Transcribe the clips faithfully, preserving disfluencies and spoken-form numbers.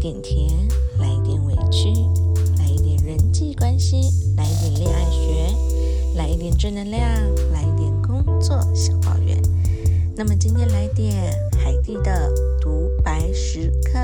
点甜，来一点委屈，来一点人际关系，来一点恋爱学，来一点正能量，来一点工作小抱怨。那么今天来点海蒂的独白时刻。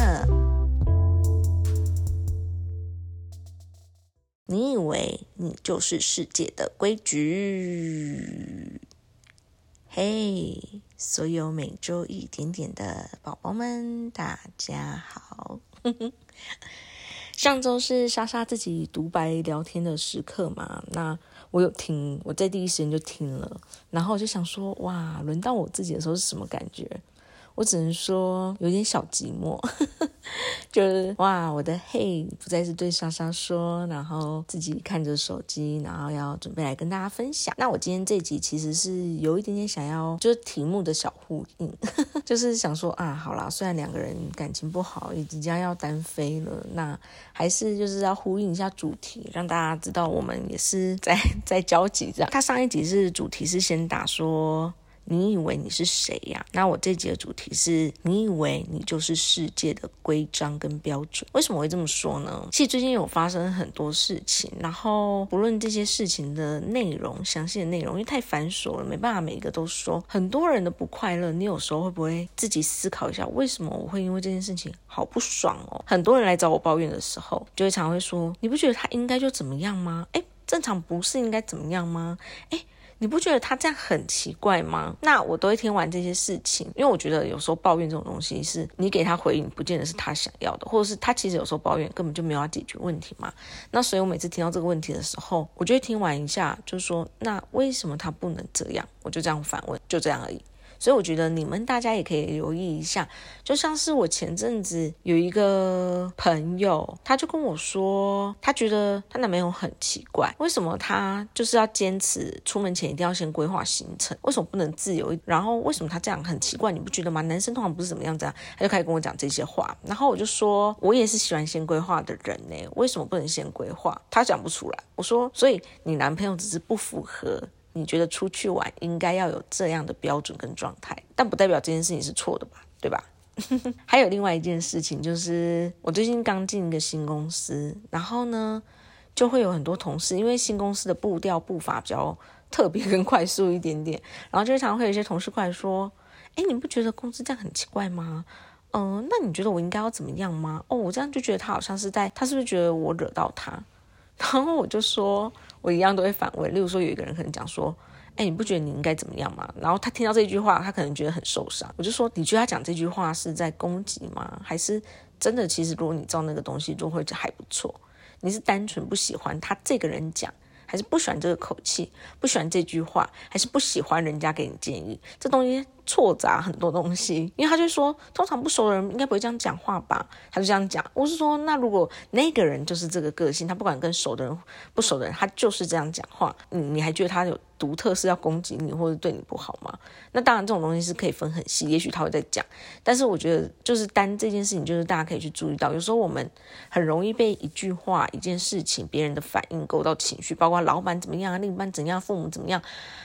你以为你就是世界的规矩？嘿，所有每周一点点的宝宝们，大家好。上周是莎莎自己独白聊天的时刻嘛，那我有听，我在第一时间就听了，然后我就想说，哇，轮到我自己的时候是什么感觉？我只能说有点小寂寞，就是哇，我的嘿不再是对莎莎说，然后自己看着手机，然后要准备来跟大家分享。那我今天这集其实是有一点点想要，就是题目的小呼应，就是想说啊，好啦，虽然两个人感情不好，也即将要单飞了，那还是就是要呼应一下主题，让大家知道我们也是在在交集这样。他上一集是主题是先打说，你以为你是谁呀？那我这集的主题是，你以为你就是世界的规章跟标准。为什么会这么说呢？其实最近有发生很多事情，然后不论这些事情的内容，详细的内容，因为太繁琐了，没办法每一个都说。很多人的不快乐，你有时候会不会自己思考一下，为什么我会因为这件事情好不爽哦？很多人来找我抱怨的时候，就会常常会说，你不觉得他应该就怎么样吗？诶，正常不是应该怎么样吗？诶你不觉得他这样很奇怪吗？那我都会听完这些事情，因为我觉得有时候抱怨这种东西是你给他回应不见得是他想要的，或者是他其实有时候抱怨根本就没有要解决问题嘛。那所以我每次听到这个问题的时候，我就会听完一下，就是说那为什么他不能这样？我就这样反问，就这样而已。所以我觉得你们大家也可以留意一下，就像是我前阵子有一个朋友，他就跟我说，他觉得他男朋友很奇怪，为什么他就是要坚持出门前一定要先规划行程，为什么不能自由？然后为什么他这样很奇怪，你不觉得吗？男生通常不是怎么样这样，他就开始跟我讲这些话，然后我就说，我也是喜欢先规划的人呢，为什么不能先规划？他讲不出来。我说，所以你男朋友只是不符合你觉得出去玩应该要有这样的标准跟状态，但不代表这件事情是错的吧，对吧？还有另外一件事情，就是我最近刚进一个新公司，然后呢就会有很多同事，因为新公司的步调步伐比较特别跟快速一点点，然后就常常会有一些同事过来说，诶，你不觉得公司这样很奇怪吗？嗯、呃，那你觉得我应该要怎么样吗？哦，我这样就觉得他好像是在，他是不是觉得我惹到他？然后我就说，我一样都会反问。例如说，有一个人可能讲说，哎，你不觉得你应该怎么样吗？然后他听到这句话，他可能觉得很受伤。我就说，你觉得他讲这句话是在攻击吗？还是真的？其实如果你照那个东西做，会还不错。你是单纯不喜欢他这个人讲，还是不喜欢这个口气，不喜欢这句话，还是不喜欢人家给你建议？这东西错杂很多东西，因为他就说，通常不熟的人应该不会这样讲话吧？他就这样讲。我是说，那如果那个人就是这个个性，他不管跟熟的人、不熟的人，他就是这样讲话，你你还觉得他有独特是要攻击你或者对你不好吗？那当然，这种东西是可以分很细，也许他会再讲。但是我觉得，就是单这件事情，就是大家可以去注意到，有时候我们很容易被一句话、一件事情、别人的反应勾到情绪，包括老板怎么样、另一半怎样、父母怎么样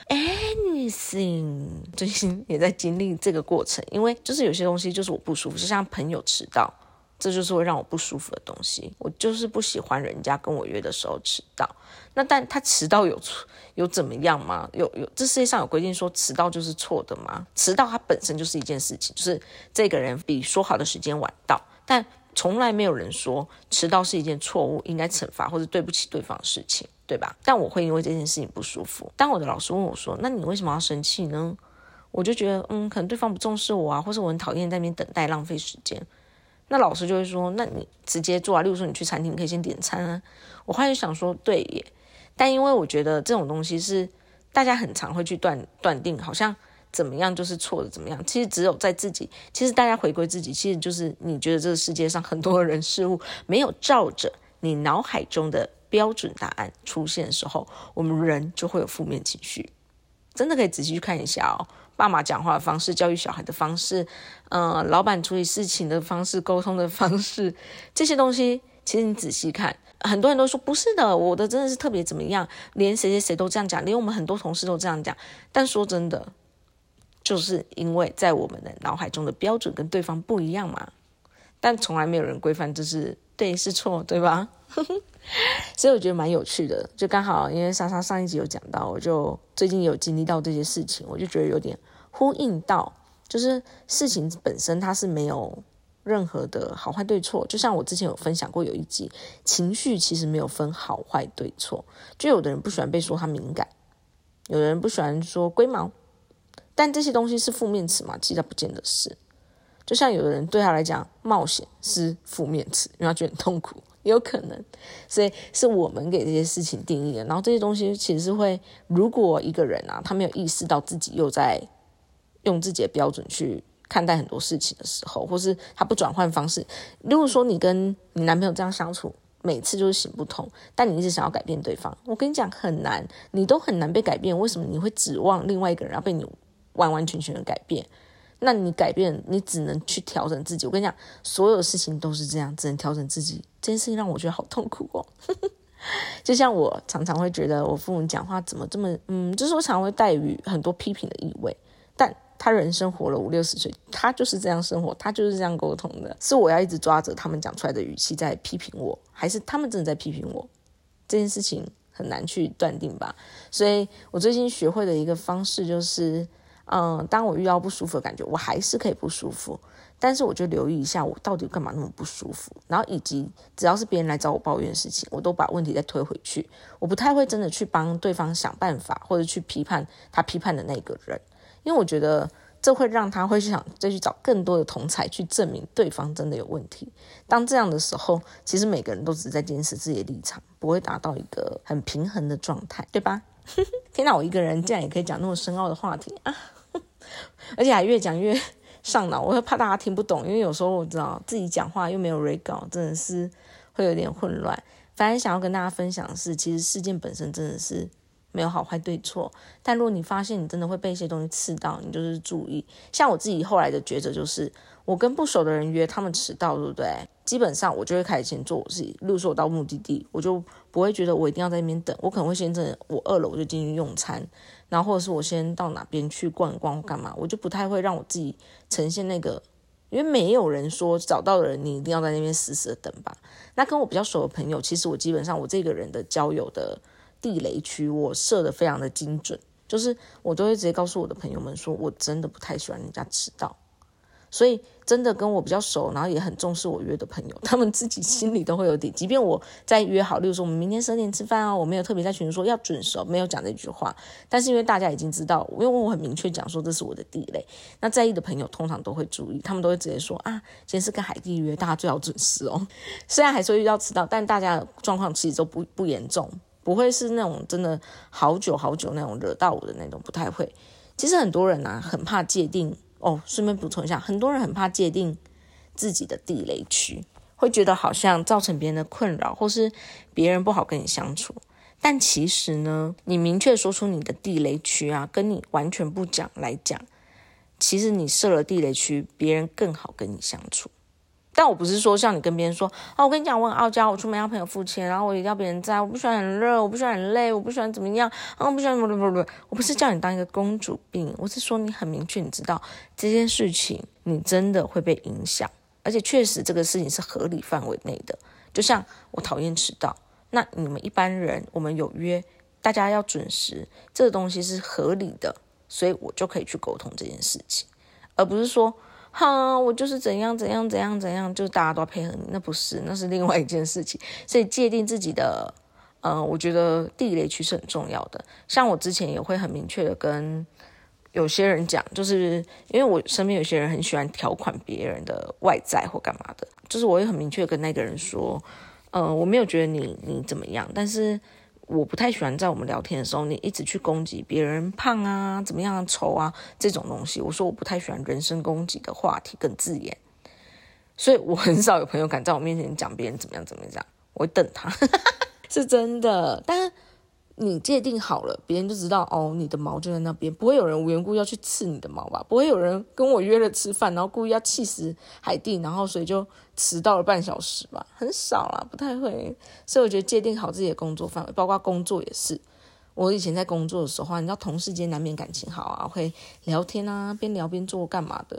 ，anything。最近也在经历这个过程，因为就是有些东西就是我不舒服，就像朋友迟到，这就是会让我不舒服的东西。我就是不喜欢人家跟我约的时候迟到。那但他迟到有有怎么样吗？有有这世界上有规定说迟到就是错的吗？迟到它本身就是一件事情，就是这个人比说好的时间晚到，但从来没有人说迟到是一件错误，应该惩罚或者对不起对方的事情，对吧？但我会因为这件事情不舒服。当我的老师问我说，那你为什么要生气呢？我就觉得，嗯，可能对方不重视我啊，或是我很讨厌在那边等待浪费时间。那老师就会说，那你直接做啊，例如说你去餐厅可以先点餐啊。我后来就想说，对耶，但因为我觉得这种东西是大家很常会去断断定，好像怎么样就是错的，怎么样，其实只有在自己，其实大家回归自己，其实就是你觉得这个世界上很多人事物没有照着你脑海中的标准答案出现的时候，我们人就会有负面情绪。真的可以仔细去看一下哦，爸妈讲话的方式，教育小孩的方式，呃，老板处理事情的方式，沟通的方式，这些东西其实你仔细看，很多人都说不是的，我的真的是特别怎么样，连谁谁谁都这样讲，连我们很多同事都这样讲。但说真的，就是因为在我们的脑海中的标准跟对方不一样嘛。 但从来没有人规范这是对是错，对吧？所以我觉得蛮有趣的，就刚好因为莎莎上一集有讲到，我就最近有经历到这些事情，我就觉得有点呼应到，就是事情本身它是没有任何的好坏对错，就像我之前有分享过有一集，情绪其实没有分好坏对错，就有的人不喜欢被说他敏感，有的人不喜欢说龟毛，但这些东西是负面词嘛？其实它不见得是。就像有的人对他来讲冒险是负面词，因为他觉得很痛苦，也有可能，所以是我们给这些事情定义的。然后这些东西其实是会，如果一个人啊，他没有意识到自己又在用自己的标准去看待很多事情的时候，或是他不转换方式，如果说你跟你男朋友这样相处，每次就是行不通，但你一直想要改变对方，我跟你讲很难，你都很难被改变，为什么你会指望另外一个人要被你完完全全的改变？那你改变，你只能去调整自己。我跟你讲，所有事情都是这样，只能调整自己。这件事情让我觉得好痛苦哦。就像我常常会觉得我父母讲话怎么这么，嗯，就是我常常会带有很多批评的意味。但他人生活了五六十岁，他就是这样生活，他就是这样沟通的。是我要一直抓着他们讲出来的语气在批评我，还是他们真的在批评我？这件事情很难去断定吧。所以我最近学会的一个方式就是。嗯，当我遇到不舒服的感觉，我还是可以不舒服，但是我就留意一下我到底干嘛那么不舒服，然后以及只要是别人来找我抱怨的事情，我都把问题再推回去，我不太会真的去帮对方想办法，或者去批判他批判的那个人，因为我觉得这会让他会想再去找更多的同侪去证明对方真的有问题。当这样的时候，其实每个人都只是在坚持自己的立场，不会达到一个很平衡的状态，对吧？天哪，我一个人竟然也可以讲那么深奥的话题啊！而且还越讲越上脑，我会怕大家听不懂，因为有时候我知道自己讲话又没有 re 稿，真的是会有点混乱。反正想要跟大家分享的是，其实事件本身真的是没有好坏对错，但如果你发现你真的会被一些东西刺到，你就是注意。像我自己后来的抉择就是，我跟不熟的人约，他们迟到，对不对？基本上我就会开始先做我自己，例如说我到目的地，我就不会觉得我一定要在那边等，我可能会先真的我饿了我就进去用餐，然后或者是我先到哪边去逛一逛干嘛，我就不太会让我自己呈现那个，因为没有人说找到的人你一定要在那边死死的等吧。那跟我比较熟的朋友，其实我基本上我这个人的交友的地雷区我设得非常的精准，就是我都会直接告诉我的朋友们说，我真的不太喜欢人家迟到。所以真的跟我比较熟，然后也很重视我约的朋友，他们自己心里都会有底。即便我在约好，例如说我们明天十二点吃饭哦，我没有特别在群说要准时，没有讲这句话，但是因为大家已经知道，因为我很明确讲说这是我的地雷，那在意的朋友通常都会注意，他们都会直接说啊，今天是跟海蒂约，大家最好准时哦。虽然还是会遇到迟到，但大家的状况其实都不不严重，不会是那种真的好久好久那种惹到我的那种，不太会。其实很多人啊很怕界定。哦，顺便补充一下，很多人很怕界定自己的地雷区，会觉得好像造成别人的困扰，或是别人不好跟你相处。但其实呢，你明确说出你的地雷区啊，跟你完全不讲来讲，其实你设了地雷区，别人更好跟你相处。但我不是说像你跟别人说，哦，我跟你讲我很傲娇，我出门要朋友付钱，然后我一定要别人在，我不喜欢很热，我不喜欢很累，我不喜欢怎么样，啊，我不喜欢不不不，我不是叫你当一个公主病，我是说你很明确，你知道这件事情你真的会被影响，而且确实这个事情是合理范围内的。就像我讨厌迟到，那你们一般人我们有约，大家要准时，这个东西是合理的，所以我就可以去沟通这件事情，而不是说哈，我就是怎样怎样怎样怎样，就是大家都要配合你，那不是，那是另外一件事情。所以界定自己的，呃，我觉得地雷区是很重要的。像我之前也会很明确的跟有些人讲，就是因为我身边有些人很喜欢条款别人的外在或干嘛的，就是我也很明确的跟那个人说，呃，我没有觉得你你怎么样，但是我不太喜欢在我们聊天的时候，你一直去攻击别人胖啊、怎么样、丑啊这种东西。我说我不太喜欢人身攻击的话题跟字眼，所以我很少有朋友敢在我面前讲别人怎么样怎么样，我会瞪他，是真的。但是你界定好了，别人就知道哦，你的毛就在那边，不会有人无缘故要去刺你的毛吧？不会有人跟我约了吃饭，然后故意要气死海蒂，然后所以就迟到了半小时吧？很少啦，不太会。所以我觉得界定好自己的工作范围，包括工作也是。我以前在工作的时候，你知道同事间难免感情好啊，会聊天啊，边聊边做干嘛的。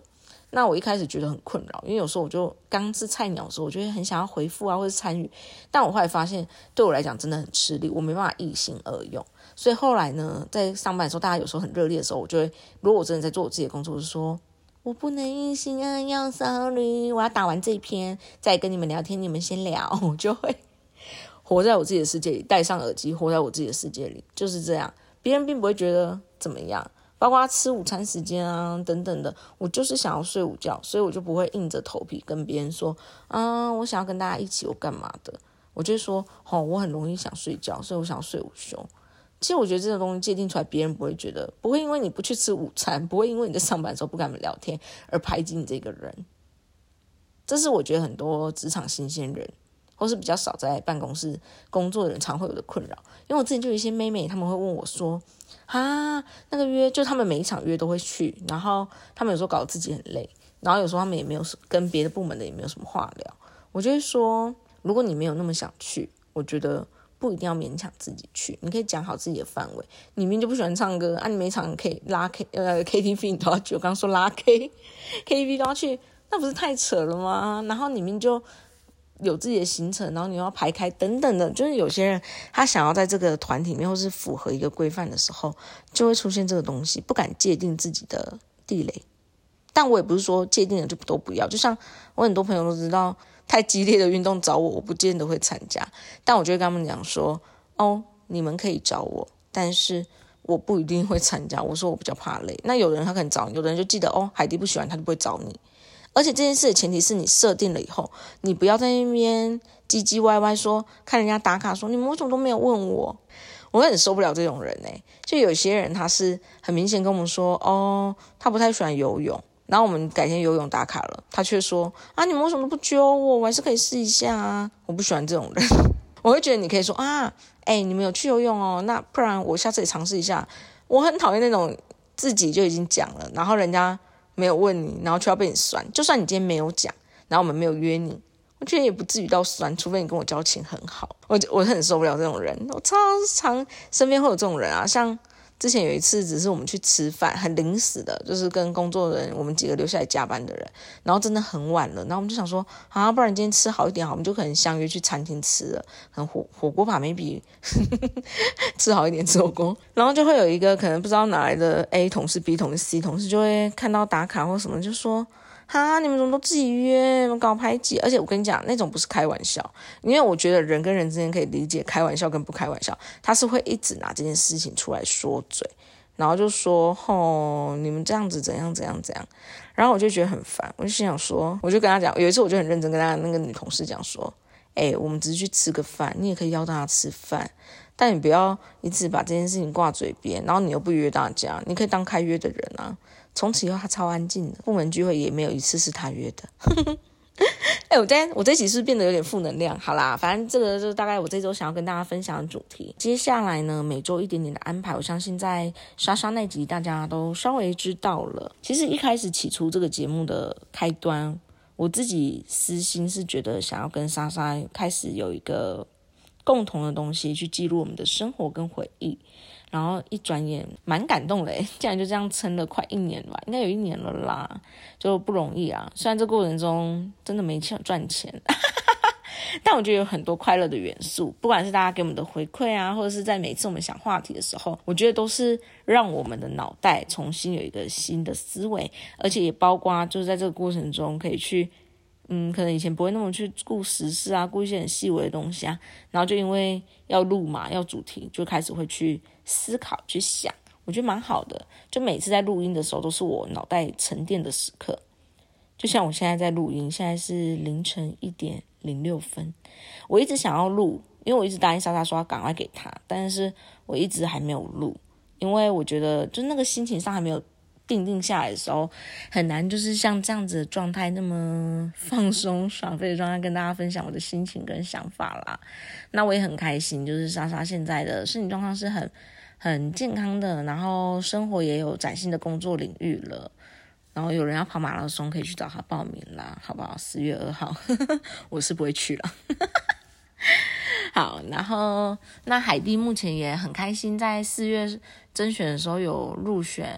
那我一开始觉得很困扰，因为有时候我就刚是菜鸟的时候，我就会很想要回复啊或者参与，但我后来发现对我来讲真的很吃力，我没办法一心二用。所以后来呢，在上班的时候，大家有时候很热烈的时候，我就会，如果我真的在做我自己的工作，我就说我不能一心二用 ，sorry， 我要打完这一篇再跟你们聊天，你们先聊，我就会活在我自己的世界里，戴上耳机，活在我自己的世界里，就是这样。别人并不会觉得怎么样，包括吃午餐时间啊等等的，我就是想要睡午觉，所以我就不会硬着头皮跟别人说，啊，我想要跟大家一起，我干嘛的？我就说，哦，我很容易想睡觉，所以我想要睡午休。其实我觉得这个东西界定出来，别人不会觉得，不会因为你不去吃午餐，不会因为你在上班的时候不跟他们聊天而排挤你这个人。这是我觉得很多职场新鲜人或是比较少在办公室工作的人常会有的困扰。因为我之前就有一些妹妹，他们会问我说，啊，那个约就他们每一场约都会去，然后他们有时候搞得自己很累，然后有时候他们也没有跟别的部门的也没有什么话聊，我就会说，如果你没有那么想去，我觉得不一定要勉强自己去，你可以讲好自己的范围。你明明就不喜欢唱歌啊，你每场可以拉 K 呃 K T V 你都要去，我刚刚说拉 K K T V 都要去，那不是太扯了吗？然后你明明就有自己的行程，然后你要排开等等的，就是有些人他想要在这个团体里面或是符合一个规范的时候，就会出现这个东西，不敢界定自己的地雷。但我也不是说界定了就都不要，就像我很多朋友都知道，太激烈的运动找我，我不见得会参加。但我就会跟他们讲说，哦，你们可以找我，但是我不一定会参加。我说我比较怕累。那有的人他可能找你，有的人就记得哦，海蒂不喜欢他就不会找你。而且这件事的前提是你设定了以后，你不要在那边唧唧歪歪说，看人家打卡说你们为什么都没有问我。我很受不了这种人欸。就有些人他是很明显跟我们说，哦，他不太喜欢游泳，然后我们改天游泳打卡了，他却说啊，你们为什么都不揪我？我还是可以试一下啊。我不喜欢这种人。我会觉得你可以说啊，哎，你们有去游泳哦，那不然我下次也尝试一下。我很讨厌那种自己就已经讲了，然后人家没有问你，然后却要被你酸。就算你今天没有讲，然后我们没有约你，我觉得也不至于到酸，除非你跟我交情很好。我我很受不了这种人，我超常身边会有这种人啊。像之前有一次只是我们去吃饭，很临时的，就是跟工作人员我们几个留下来加班的人，然后真的很晚了，然后我们就想说啊，不然今天吃好一点好，我们就可能相约去餐厅吃了，可能火火锅吧 maybe 吃好一点吃火锅，然后就会有一个可能不知道哪来的 A 同事 B 同事 C 同事就会看到打卡或什么就说，哈，你们怎么都自己约，搞排挤。而且我跟你讲，那种不是开玩笑，因为我觉得人跟人之间可以理解开玩笑跟不开玩笑，他是会一直拿这件事情出来说嘴，然后就说吼，你们这样子怎样怎样怎样，然后我就觉得很烦，我就心想说，我就跟他讲，有一次我就很认真跟他那个女同事讲说，哎，我们只是去吃个饭，你也可以邀大家吃饭，但你不要一直把这件事情挂嘴边，然后你又不约大家，你可以当开约的人啊。从此以后他超安静的，部门聚会也没有一次是他约的。哎，我这我这集是不是变得有点负能量？好啦，反正这个就是大概我这周想要跟大家分享的主题。接下来呢，每周一点点的安排，我相信在莎莎那集大家都稍微知道了。其实一开始起初这个节目的开端，我自己私心是觉得想要跟莎莎开始有一个共同的东西去记录我们的生活跟回忆。然后一转眼蛮感动的耶，竟然就这样撑了快一年吧，应该有一年了啦，就不容易啊。虽然这过程中真的没钱赚钱，但我觉得有很多快乐的元素，不管是大家给我们的回馈啊，或者是在每次我们想话题的时候，我觉得都是让我们的脑袋重新有一个新的思维，而且也包括就是在这个过程中可以去嗯，可能以前不会那么去顾时事啊，顾一些很细微的东西啊，然后就因为要录嘛，要主题，就开始会去思考、去想，我觉得蛮好的。就每次在录音的时候，都是我脑袋沉淀的时刻。就像我现在在录音，现在是凌晨一点零六分，我一直想要录，因为我一直答应莎莎说要赶快给她，但是我一直还没有录，因为我觉得就那个心情上还没有定定下来的时候，很难就是像这样子的状态那么放松爽飞的状态跟大家分享我的心情跟想法啦。那我也很开心，就是莎莎现在的身体状况是很很健康的，然后生活也有崭新的工作领域了，然后有人要跑马拉松可以去找他报名啦，好不好？四月二号我是不会去了好，然后那海蒂目前也很开心，在四月甄选的时候有入选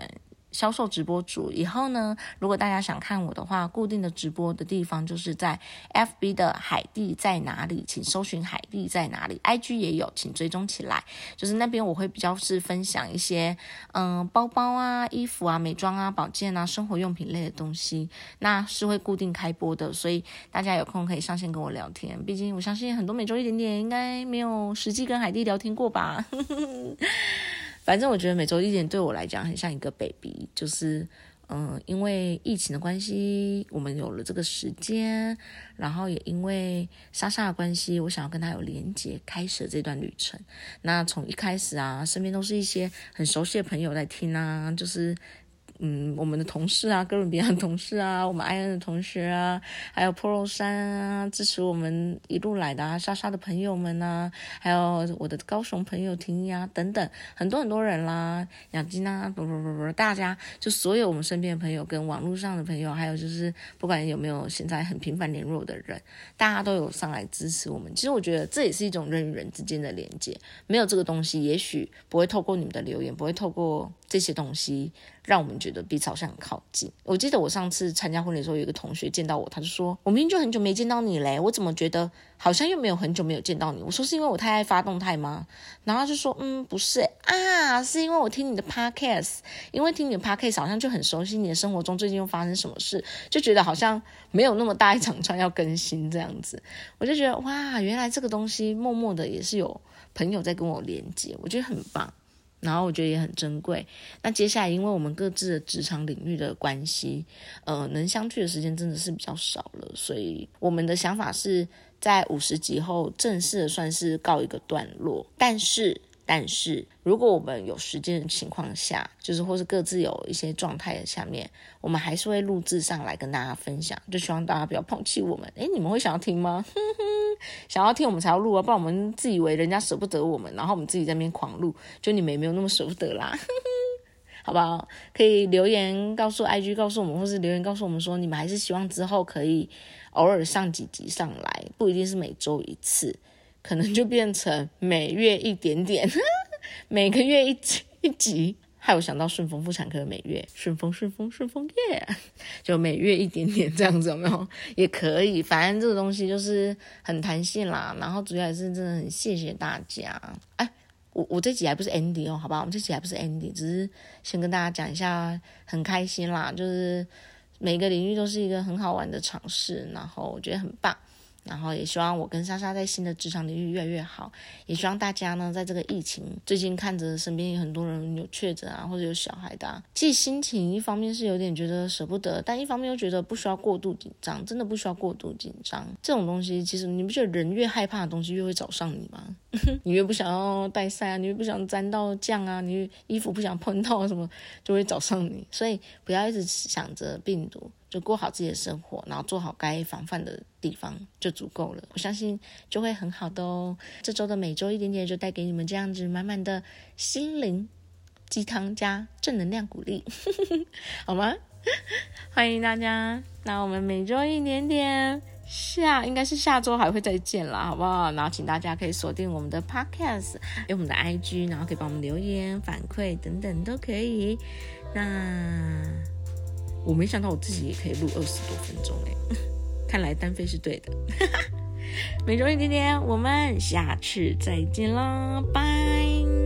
销售直播主。以后呢，如果大家想看我的话，固定的直播的地方就是在 F B 的海蒂在哪里，请搜寻海蒂在哪里， I G 也有，请追踪起来。就是那边我会比较是分享一些嗯包包啊、衣服啊、美妆啊、保健啊、生活用品类的东西，那是会固定开播的，所以大家有空可以上线跟我聊天。毕竟我相信很多每周一点点应该没有实际跟海蒂聊天过吧。反正我觉得每周一点对我来讲很像一个 baby， 就是嗯，因为疫情的关系，我们有了这个时间，然后也因为莎莎的关系，我想要跟她有连结，开始了这段旅程。那从一开始啊，身边都是一些很熟悉的朋友在听啊，就是嗯，我们的同事啊，哥伦比亚的同事啊，我们艾恩的同学啊，还有 Polo 山啊，支持我们一路来的啊，莎莎的朋友们啊，还有我的高雄朋友婷宜啊，等等，很多很多人啦，养金啊，不不不不，大家就所有我们身边的朋友跟网络上的朋友，还有就是不管有没有现在很频繁联络的人，大家都有上来支持我们。其实我觉得这也是一种人与人之间的连接，没有这个东西，也许不会透过你们的留言，不会透过这些东西让我们觉得彼此好像很靠近。我记得我上次参加婚礼的时候，有一个同学见到我，他就说我明明就很久没见到你嘞，我怎么觉得好像又没有很久没有见到你。我说是因为我太爱发动态吗？然后他就说嗯不是啊，是因为我听你的 podcast， 因为听你的 podcast 好像就很熟悉你的生活中最近又发生什么事，就觉得好像没有那么大一场串要更新这样子。我就觉得哇，原来这个东西默默的也是有朋友在跟我连接，我觉得很棒，然后我觉得也很珍贵。那接下来因为我们各自的职场领域的关系，呃，能相聚的时间真的是比较少了，所以我们的想法是在五十集后正式的算是告一个段落。但是但是如果我们有时间的情况下，就是或是各自有一些状态的下面，我们还是会录制上来跟大家分享，就希望大家不要抛弃我们。诶，你们会想要听吗？想要听我们才要录啊，不然我们自以为人家舍不得我们，然后我们自己在那边狂录，就你们也没有那么舍不得啦。好不好？可以留言告诉 I G 告诉我们，或是留言告诉我们说你们还是希望之后可以偶尔上几集上来，不一定是每周一次，可能就变成每月一点点，每个月一集一集。害我想到顺丰妇产科的每月，顺丰顺丰顺丰耶， yeah! 就每月一点点这样子，有没有？也可以，反正这个东西就是很弹性啦。然后主要也是真的很谢谢大家。哎，我我这集还不是 ending 哦，好吧？我们这集还不是 ending， 只是先跟大家讲一下，很开心啦，就是每个领域都是一个很好玩的尝试，然后我觉得很棒。然后也希望我跟莎莎在新的职场领域越来越好，也希望大家呢在这个疫情最近看着身边有很多人有确诊啊，或者有小孩的啊，其实心情一方面是有点觉得舍不得，但一方面又觉得不需要过度紧张，真的不需要过度紧张。这种东西其实你不觉得人越害怕的东西越会找上你吗？你越不想要带赛啊，你越不想沾到酱啊，你衣服不想碰到什么就会找上你，所以不要一直想着病毒，就过好自己的生活，然后做好该防范的地方就足够了，我相信就会很好的哦。这周的每周一点点就带给你们这样子满满的心灵鸡汤加正能量鼓励好吗？欢迎大家，那我们每周一点点下应该是下周还会再见啦，好不好？然后请大家可以锁定我们的 podcast， 有我们的 I G， 然后可以帮我们留言反馈等等都可以。那我没想到我自己也可以录二十多分钟诶，看来单飞是对的。每周一点点，我们下次再见啦，拜。